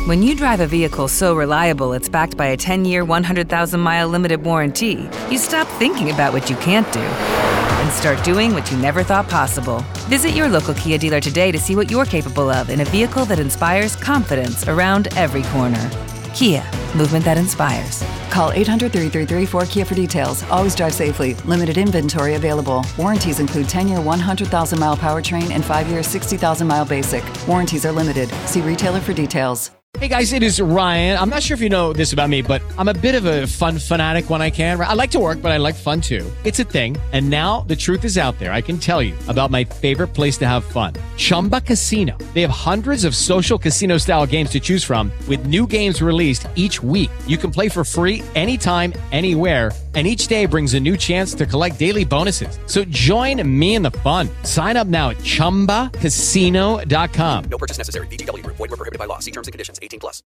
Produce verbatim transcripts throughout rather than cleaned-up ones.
When you drive a vehicle so reliable it's backed by a ten-year, one hundred thousand mile limited warranty, you stop thinking about what you can't do and start doing what you never thought possible. Visit your local Kia dealer today to see what you're capable of in a vehicle that inspires confidence around every corner. Kia, movement that inspires. Call eight hundred, three three three, four K I A for details. Always drive safely. Limited inventory available. Warranties include ten-year, one hundred thousand mile powertrain and five-year, sixty thousand mile basic. Warranties are limited. See retailer for details. Hey guys, it is Ryan. I'm not sure if you know this about me, but I'm a bit of a fun fanatic when I can. I like to work, but I like fun too. It's a thing. And now the truth is out there. I can tell you about my favorite place to have fun. Chumba Casino. They have hundreds of social casino style games to choose from with new games released each week. You can play for free anytime, anywhere. And each day brings a new chance to collect daily bonuses. So join me in the fun. Sign up now at chumba casino dot com. No purchase necessary. V G W. Void where prohibited by law. See terms and conditions. eighteen plus.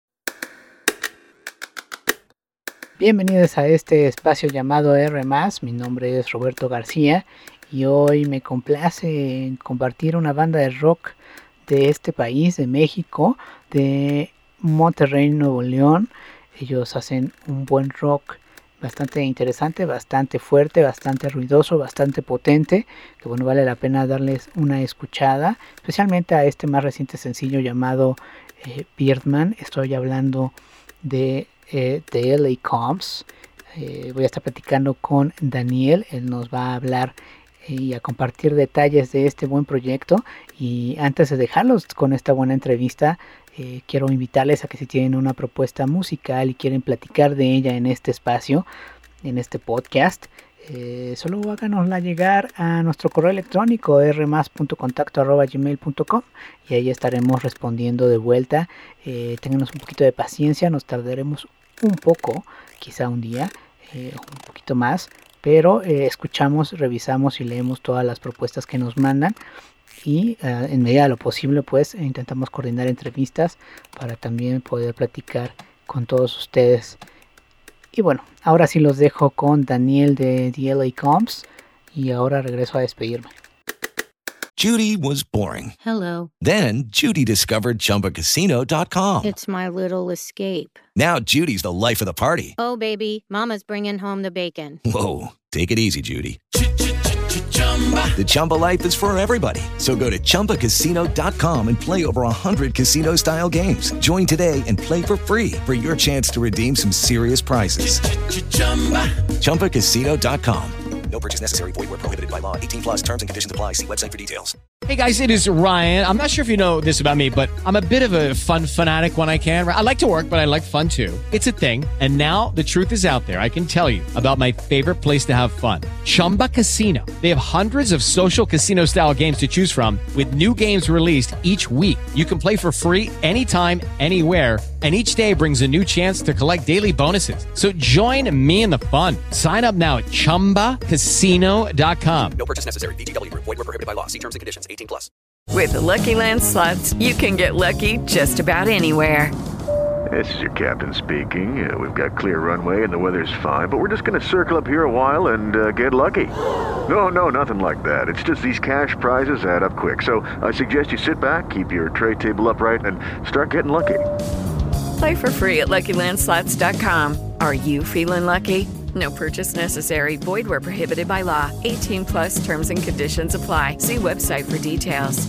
Bienvenidos a este espacio llamado R más. Mi nombre es Roberto García y hoy me complace en compartir una banda de rock de este país, de México, de Monterrey, Nuevo León. Ellos hacen un buen rock bastante interesante, bastante fuerte, bastante ruidoso, bastante potente, que bueno, vale la pena darles una escuchada, especialmente a este más reciente sencillo llamado eh, Birdman. Estoy hablando de eh, The L A Comps. Eh, voy a estar platicando con Daniel, él nos va a hablar eh, y a compartir detalles de este buen proyecto. Y antes de dejarlos con esta buena entrevista, Eh, quiero invitarles a que si tienen una propuesta musical y quieren platicar de ella en este espacio, en este podcast, eh, solo háganosla llegar a nuestro correo electrónico r mas punto contacto arroba gmail punto com y ahí estaremos respondiendo de vuelta. Eh, ténganos un poquito de paciencia, nos tardaremos un poco, quizá un día, eh, un poquito más, pero eh, escuchamos, revisamos y leemos todas las propuestas que nos mandan. Y uh, en medida de lo posible pues intentamos coordinar entrevistas para también poder platicar con todos ustedes. Y bueno, ahora sí los dejo con Daniel de The L A Comps y ahora regreso a despedirme. Judy was boring. Hello. Then Judy discovered chumba casino dot com. It's my little escape. Now Judy's the life of the party. Oh baby, mama's bringing home the bacon. Whoa, take it easy, Judy. The Chumba life is for everybody. So go to chumba casino dot com and play over one hundred casino-style games. Join today and play for free for your chance to redeem some serious prizes. chumba casino dot com. No purchase necessary. Void where prohibited by law. eighteen plus terms and conditions apply. See website for details. Hey guys, it is Ryan. I'm not sure if you know this about me, but I'm a bit of a fun fanatic when I can. I like to work, but I like fun too. It's a thing. And now the truth is out there. I can tell you about my favorite place to have fun. Chumba Casino. They have hundreds of social casino style games to choose from with new games released each week. You can play for free anytime, anywhere. And each day brings a new chance to collect daily bonuses. So join me in the fun. Sign up now at chumba casino dot com. No purchase necessary. V G W. Void where prohibited by law. See terms and conditions. eighteen plus. With the Lucky Land Slots, you can get lucky just about anywhere. This is your captain speaking. Uh, we've got clear runway and the weather's fine, but we're just going to circle up here a while and uh, get lucky. No, no, nothing like that. It's just these cash prizes add up quick. So I suggest you sit back, keep your tray table upright, and start getting lucky. Play for free at lucky land slots dot com. Are you feeling lucky? No purchase necessary. Void where prohibited by law. eighteen plus terms and conditions apply. See website for details.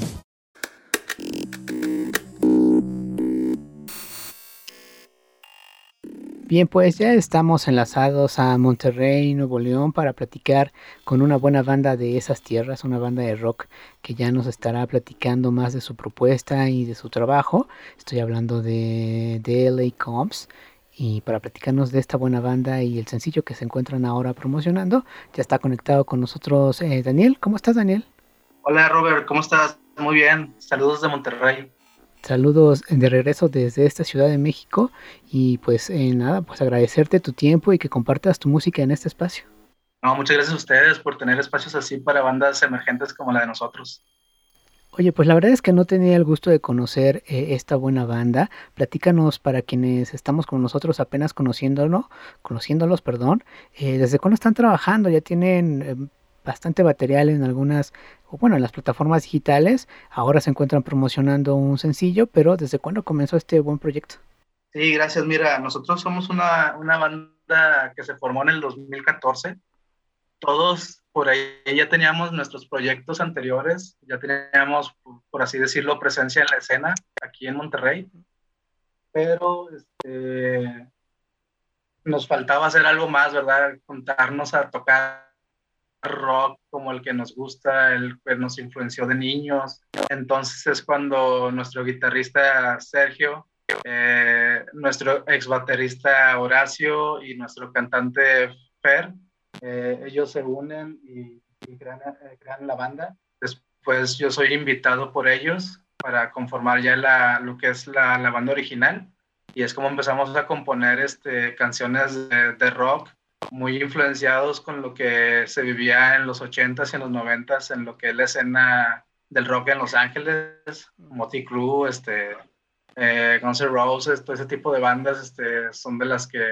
Bien, pues ya estamos enlazados a Monterrey, Nuevo León, para platicar con una buena banda de esas tierras, una banda de rock que ya nos estará platicando más de su propuesta y de su trabajo. Estoy hablando de The L A Comps. Y para platicarnos de esta buena banda y el sencillo que se encuentran ahora promocionando, ya está conectado con nosotros eh, Daniel. ¿Cómo estás, Daniel? Hola, Robert. ¿Cómo estás? Muy bien. Saludos de Monterrey. Saludos de regreso desde esta Ciudad de México. Y pues eh, nada, pues agradecerte tu tiempo y que compartas tu música en este espacio. No, muchas gracias a ustedes por tener espacios así para bandas emergentes como la de nosotros. Oye, pues la verdad es que no tenía el gusto de conocer eh, esta buena banda. Platícanos, para quienes estamos con nosotros apenas conociéndolo, conociéndolos, perdón, eh, ¿desde cuándo están trabajando? Ya tienen eh, bastante material en algunas, bueno, en las plataformas digitales. Ahora se encuentran promocionando un sencillo, pero ¿desde cuándo comenzó este buen proyecto? Sí, gracias. Mira, nosotros somos una, una banda que se formó en el dos mil catorce. Todos por ahí ya teníamos nuestros proyectos anteriores, ya teníamos, por así decirlo, presencia en la escena aquí en Monterrey, pero este, nos faltaba hacer algo más, ¿verdad? Juntarnos a tocar rock como el que nos gusta, el que nos influenció de niños. Entonces es cuando nuestro guitarrista Sergio, eh, nuestro ex baterista Horacio y nuestro cantante Fer, eh, ellos se unen y, y crean, eh, crean la banda. Después yo soy invitado por ellos para conformar ya la, lo que es la, la banda original, y es como empezamos a componer este, canciones de, de rock muy influenciados con lo que se vivía en los ochentas y en los noventas, en lo que es la escena del rock en Los Ángeles, Motley Crue, este, eh, Guns N' Roses, todo ese tipo de bandas este, son de las que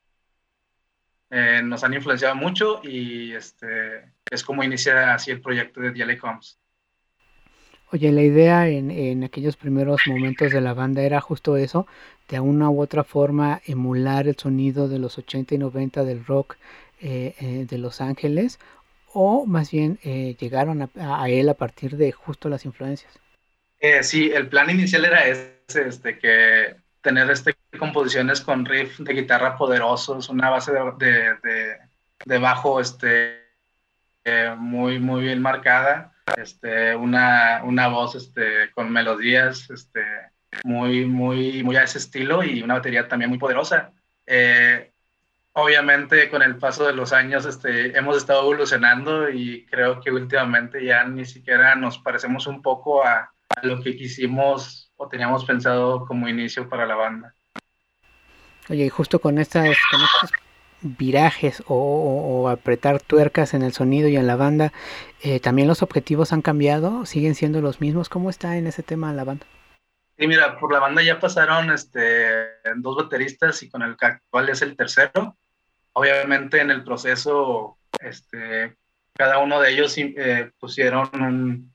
eh, nos han influenciado mucho, y este, es como inicia así el proyecto de The L A Coms. Oye, la idea en, en aquellos primeros momentos de la banda era justo eso, de una u otra forma emular el sonido de los ochenta y noventa del rock eh, eh, de Los Ángeles, o más bien eh, llegaron a, a él a partir de justo las influencias. Eh, sí, el plan inicial era ese, este, que tener este, composiciones con riff de guitarra poderosos, una base de, de, de, de bajo este, eh, muy, muy bien marcada, este, una, una voz este, con melodías este, muy, muy, muy a ese estilo, y una batería también muy poderosa. Eh, obviamente con el paso de los años este, hemos estado evolucionando, y creo que últimamente ya ni siquiera nos parecemos un poco a, a lo que quisimos o teníamos pensado como inicio para la banda. Oye, y justo con estas, con estos virajes o, o, o apretar tuercas en el sonido y en la banda, eh, ¿también los objetivos han cambiado? ¿Siguen siendo los mismos? ¿Cómo está en ese tema la banda? Sí, mira, por la banda ya pasaron este, dos bateristas, y con el que actual es el tercero. Obviamente en el proceso este, cada uno de ellos eh, pusieron un,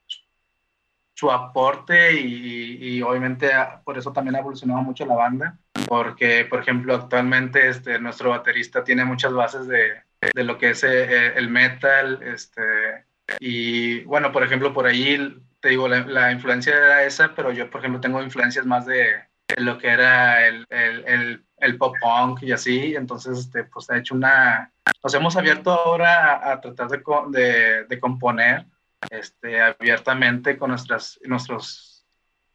su aporte, y, y obviamente por eso también ha evolucionado mucho la banda, porque por ejemplo actualmente este, nuestro baterista tiene muchas bases de, de lo que es eh, el metal, este, y bueno, por ejemplo por ahí te digo, la, la influencia era esa, pero yo por ejemplo tengo influencias más de, de lo que era el, el, el, el pop punk y así. Entonces este, pues ha hecho una, nos hemos abierto ahora a, a tratar de, de, de componer Este, abiertamente con nuestras nuestros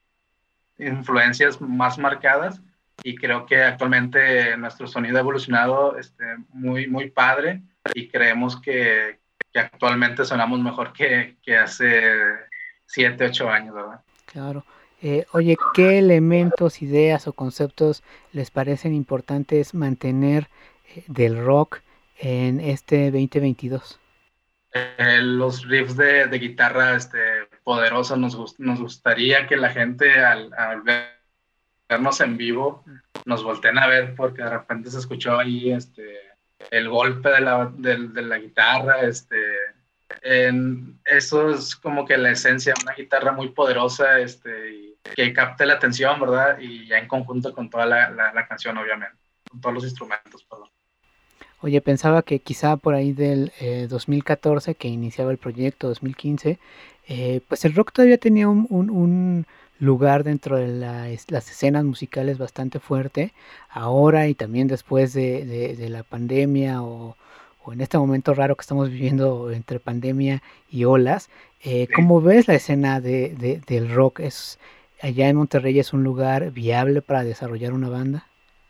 influencias más marcadas, y creo que actualmente nuestro sonido ha evolucionado este, muy, muy padre, y creemos que, que actualmente sonamos mejor que, que hace siete, ocho años, ¿verdad? Claro. Eh, oye, ¿qué elementos, ideas o conceptos les parecen importantes mantener eh, del rock en este veinte veintidós? Eh, los riffs de, de guitarra este, poderosos, nos, gust nos gustaría que la gente al, al vernos en vivo nos volteen a ver, porque de repente se escuchó ahí este, el golpe de la, de, de la guitarra. Este, en, eso es como que la esencia, una guitarra muy poderosa este, y que capte la atención, ¿verdad? Y ya en conjunto con toda la, la, la canción, obviamente, con todos los instrumentos, perdón. Oye, pensaba que quizá por ahí del eh, dos mil catorce, que iniciaba el proyecto, dos mil quince, eh, pues el rock todavía tenía un, un, un lugar dentro de la, las escenas musicales bastante fuerte. Ahora y también después de, de, de la pandemia, o, o en este momento raro que estamos viviendo entre pandemia y olas, eh, ¿cómo ves la escena de, de, del rock? ¿Es, allá en Monterrey es un lugar viable para desarrollar una banda?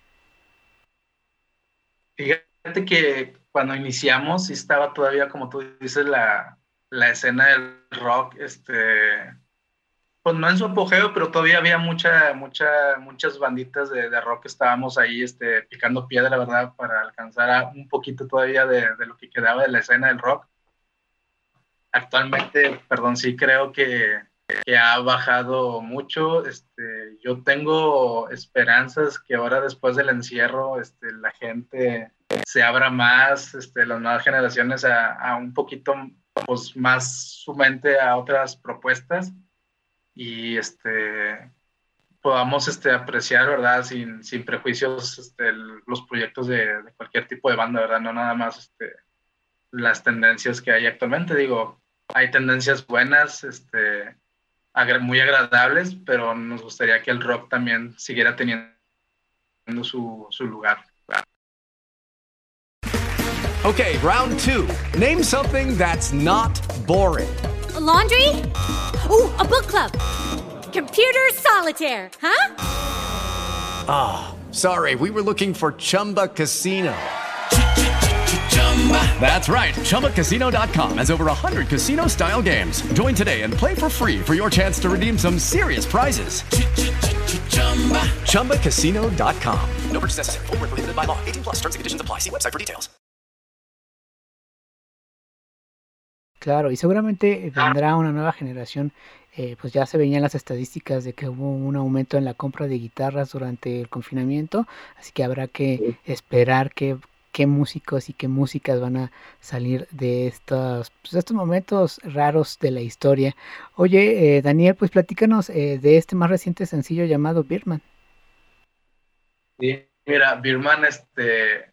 Fíjate que cuando iniciamos sí estaba todavía, como tú dices, la, la escena del rock, este, pues no en su apogeo, pero todavía había mucha, mucha, muchas banditas de, de rock que estábamos ahí este, picando piedra, la verdad, para alcanzar a un poquito todavía de, de lo que quedaba de la escena del rock. Actualmente, perdón, sí creo que, que ha bajado mucho. Este, yo tengo esperanzas que ahora, después del encierro, este, la gente se abra más, este, las nuevas generaciones a, a un poquito pues, más su mente a otras propuestas, y este, podamos este, apreciar, ¿verdad? Sin, sin prejuicios este, el, los proyectos de, de cualquier tipo de banda, ¿verdad? No nada más este, las tendencias que hay actualmente. Digo, hay tendencias buenas, este, agra- muy agradables, pero nos gustaría que el rock también siguiera teniendo su, su lugar. Okay, round two. Name something that's not boring. A laundry? Ooh, a book club. Computer solitaire, huh? Ah, oh, sorry, we were looking for Chumba Casino. That's right, Chumba Casino dot com has over one hundred casino-style games. Join today and play for free for your chance to redeem some serious prizes. Chumba Casino dot com. No purchase necessary. Void where prohibited by law. eighteen plus terms and conditions apply. See website for details. Claro, y seguramente vendrá una nueva generación. Eh, pues ya se veían las estadísticas de que hubo un aumento en la compra de guitarras durante el confinamiento, así que habrá que esperar que qué músicos y qué músicas van a salir de estos, pues, estos momentos raros de la historia. Oye, eh, Daniel, pues platícanos eh, de este más reciente sencillo llamado Birdman. Sí, mira, Birdman este,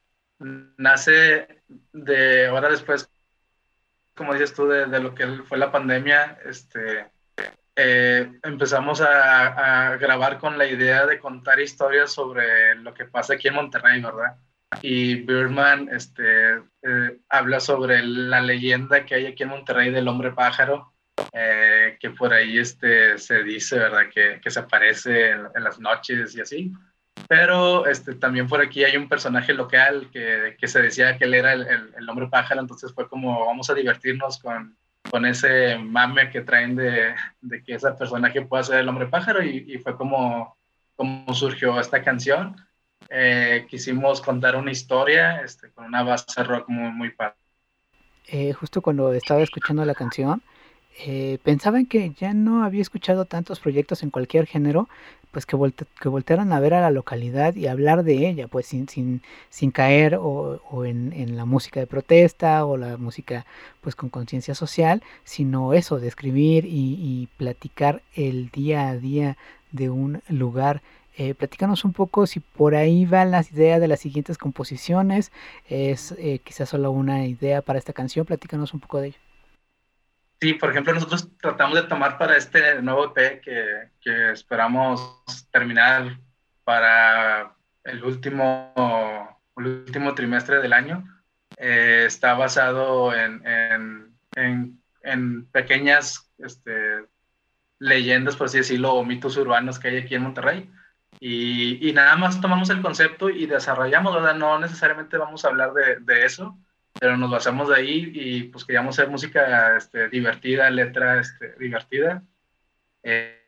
nace de ahora después, como dices tú, de, de lo que fue la pandemia. Este, eh, empezamos a, a grabar con la idea de contar historias sobre lo que pasa aquí en Monterrey, ¿verdad? Y Birdman este, eh, habla sobre la leyenda que hay aquí en Monterrey del hombre pájaro, eh, que por ahí este, se dice, ¿verdad? Que, que se aparece en, en las noches y así. Pero este, también por aquí hay un personaje local que, que se decía que él era el, el, el hombre pájaro, entonces fue como vamos a divertirnos con, con ese mame que traen de, de que ese personaje pueda ser el hombre pájaro, y, y fue como, como surgió esta canción. Eh, quisimos contar una historia este, con una base rock muy, muy padre. Eh, justo cuando estaba escuchando la canción, eh, pensaba en que ya no había escuchado tantos proyectos en cualquier género, pues que, volte, que voltearan a ver a la localidad y hablar de ella, pues sin, sin, sin caer o, o en, en la música de protesta o la música pues con conciencia social, sino eso, de escribir y, y platicar el día a día de un lugar. Eh, platícanos un poco si por ahí van las ideas de las siguientes composiciones, es eh, quizás solo una idea para esta canción, platícanos un poco de ello. Sí, por ejemplo, nosotros tratamos de tomar para este nuevo E P que, que esperamos terminar para el último, el último trimestre del año. Eh, está basado en, en, en, en pequeñas este, leyendas, por así decirlo, o mitos urbanos que hay aquí en Monterrey. Y, y nada más tomamos el concepto y desarrollamos, ¿verdad? No necesariamente vamos a hablar de, de eso, pero nos basamos de ahí y pues queríamos hacer música este, divertida, letra este, divertida. Eh,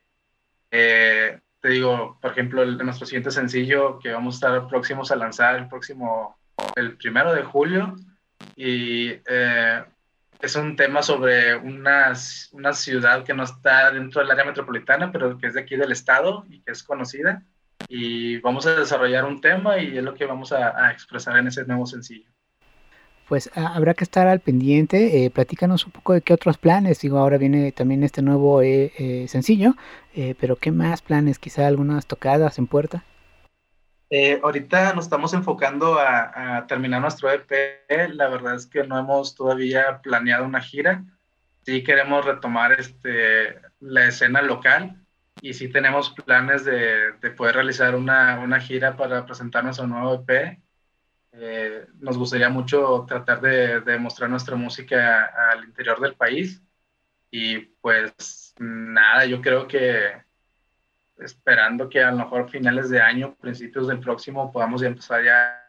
eh, te digo, por ejemplo, el, nuestro siguiente sencillo que vamos a estar próximos a lanzar el próximo, el primero de julio, y eh, es un tema sobre una, una ciudad que no está dentro del área metropolitana, pero que es de aquí del estado y que es conocida, y vamos a desarrollar un tema y es lo que vamos a, a expresar en ese nuevo sencillo. Pues ah, habrá que estar al pendiente. Eh, platícanos un poco de qué otros planes. Digo, ahora viene también este nuevo eh, eh, sencillo, eh, pero ¿qué más planes? Quizá algunas tocadas en puerta. Eh, ahorita nos estamos enfocando a, a terminar nuestro E P. La verdad es que no hemos todavía planeado una gira. Sí queremos retomar este, la escena local, y sí tenemos planes de, de poder realizar una, una gira para presentar nuestro nuevo E P. Eh, nos gustaría mucho tratar de, de mostrar nuestra música al interior del país, y pues nada, yo creo que esperando que a lo mejor finales de año, principios del próximo, podamos ya empezar ya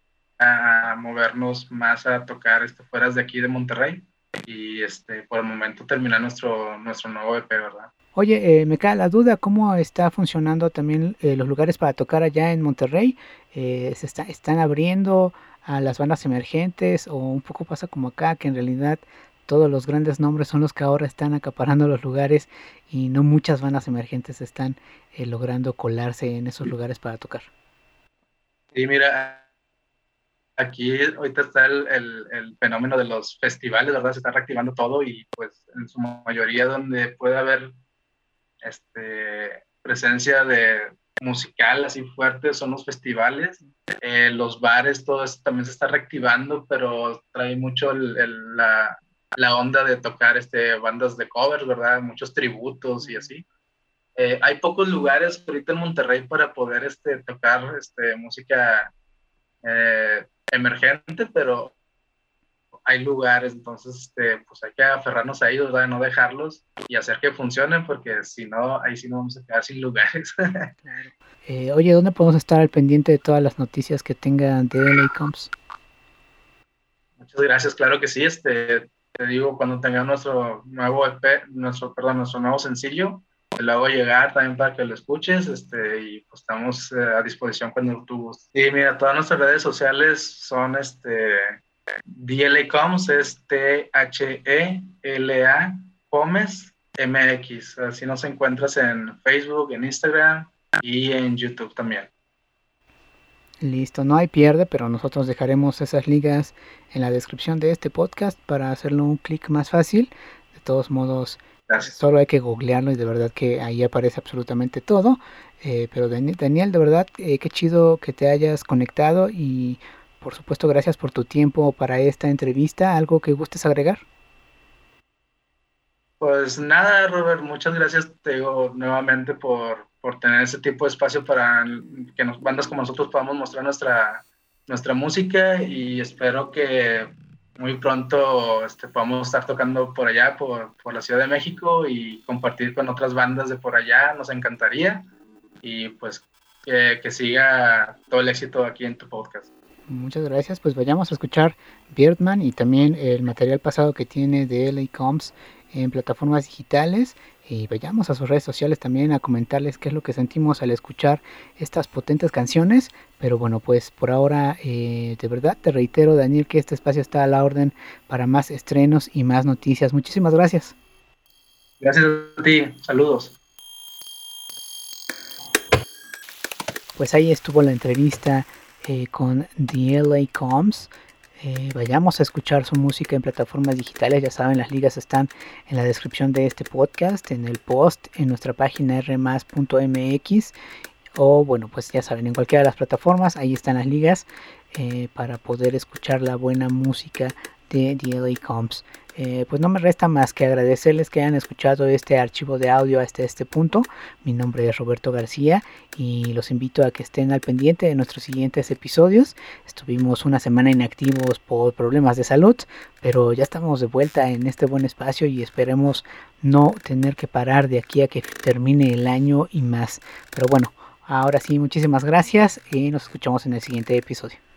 a movernos más a tocar este, fuera de aquí de Monterrey, y este, por el momento terminar nuestro, nuestro nuevo E P, ¿verdad? Oye, eh, me queda la duda, ¿cómo está funcionando también eh, los lugares para tocar allá en Monterrey? Eh, ¿se está, están abriendo a las bandas emergentes, o un poco pasa como acá, que en realidad todos los grandes nombres son los que ahora están acaparando los lugares y no muchas bandas emergentes están eh, logrando colarse en esos lugares para tocar? Sí, mira, aquí ahorita está el, el, el fenómeno de los festivales, ¿verdad? Se está reactivando todo, y pues en su mayoría donde puede haber este, presencia de musical así fuerte son los festivales, eh, los bares, todo esto también se está reactivando, pero trae mucho el, el, la, la onda de tocar este, bandas de covers, ¿verdad? Muchos tributos y así. Eh, hay pocos lugares ahorita en Monterrey para poder este, tocar este, música eh, emergente, pero hay lugares, entonces este, pues hay que aferrarnos a ellos, ¿verdad? No dejarlos y hacer que funcionen, porque si no, ahí sí nos vamos a quedar sin lugares. Claro. Eh, oye, ¿dónde podemos estar al pendiente de todas las noticias que tengan de L A Comps? Muchas gracias, claro que sí. Este, te digo, cuando tengamos nuestro nuevo E P, nuestro, perdón, nuestro nuevo sencillo, te lo hago llegar también para que lo escuches, este, y pues estamos eh, a disposición cuando tú gustes. Y mira, todas nuestras redes sociales son este D L A Comps, es T H E L A Comes M X. Así nos encuentras en Facebook, en Instagram y en YouTube también. Listo, no hay pierde, pero nosotros dejaremos esas ligas en la descripción de este podcast para hacerlo un clic más fácil. De todos modos, gracias. Solo hay que googlearlo y de verdad que ahí aparece absolutamente todo. Eh, pero Daniel, de verdad, eh, qué chido que te hayas conectado y por supuesto gracias por tu tiempo para esta entrevista. ¿Algo que gustes agregar? Pues nada, Robert, muchas gracias, te digo, nuevamente por, por tener ese tipo de espacio para que nos, bandas como nosotros podamos mostrar nuestra, nuestra música, y espero que muy pronto este, podamos estar tocando por allá, por, por la Ciudad de México, y compartir con otras bandas de por allá, nos encantaría, y pues que, que siga todo el éxito aquí en tu podcast. Muchas gracias, pues vayamos a escuchar Birdman y también el material pasado que tiene de L A Comps en plataformas digitales, y vayamos a sus redes sociales también a comentarles qué es lo que sentimos al escuchar estas potentes canciones. Pero bueno, pues por ahora eh, de verdad te reitero, Daniel, que este espacio está a la orden para más estrenos y más noticias. Muchísimas gracias. Gracias a ti, saludos. Pues ahí estuvo la entrevista eh, con The L A Comps. Eh, vayamos a escuchar su música en plataformas digitales. Ya saben, las ligas están en la descripción de este podcast, en el post, en nuestra página r más punto m x, o bueno, pues ya saben, en cualquiera de las plataformas, ahí están las ligas eh, para poder escuchar la buena música de The L A Comps. Eh, pues no me resta más que agradecerles que hayan escuchado este archivo de audio hasta este punto. Mi nombre es Roberto García y los invito a que estén al pendiente de nuestros siguientes episodios. Estuvimos una semana inactivos por problemas de salud, pero ya estamos de vuelta en este buen espacio y esperemos no tener que parar de aquí a que termine el año y más. Pero bueno, ahora sí, muchísimas gracias y nos escuchamos en el siguiente episodio.